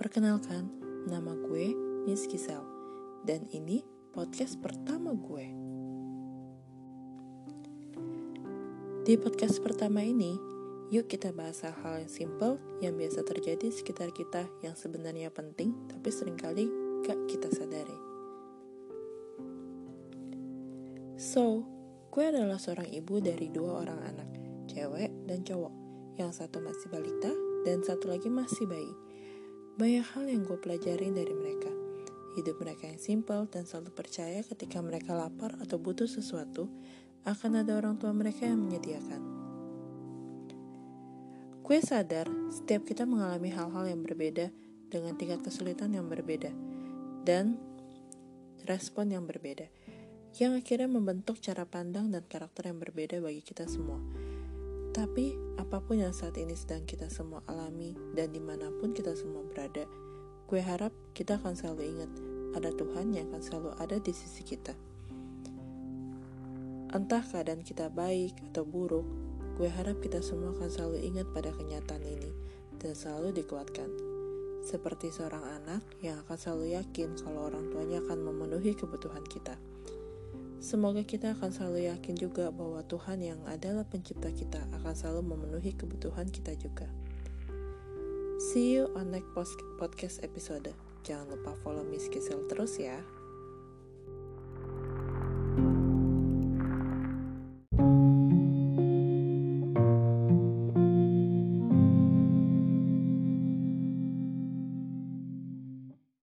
Perkenalkan, nama gue Miss Gisel, dan ini podcast pertama gue. Di podcast pertama ini, yuk kita bahas hal-hal yang simple yang biasa terjadi di sekitar kita yang sebenarnya penting, tapi seringkali gak kita sadari. So, gue adalah seorang ibu dari 2 orang anak, cewek dan cowok. Yang satu masih balita dan satu lagi masih bayi. Banyak hal yang gue pelajarin dari mereka. Hidup mereka yang simpel dan selalu percaya ketika mereka lapar atau butuh sesuatu, akan ada orang tua mereka yang menyediakan. Gue sadar setiap kita mengalami hal-hal yang berbeda dengan tingkat kesulitan yang berbeda dan respon yang berbeda, yang akhirnya membentuk cara pandang dan karakter yang berbeda bagi kita semua. Tapi, apapun yang saat ini sedang kita semua alami dan dimanapun kita semua berada, gue harap kita akan selalu ingat ada Tuhan yang akan selalu ada di sisi kita. Entah keadaan kita baik atau buruk, gue harap kita semua akan selalu ingat pada kenyataan ini dan selalu dikuatkan. Seperti seorang anak yang akan selalu yakin kalau orang tuanya akan memenuhi kebutuhan kita. Semoga kita akan selalu yakin juga bahwa Tuhan yang adalah pencipta kita akan selalu memenuhi kebutuhan kita juga. See you on next podcast episode. Jangan lupa follow Miss Gisel terus ya.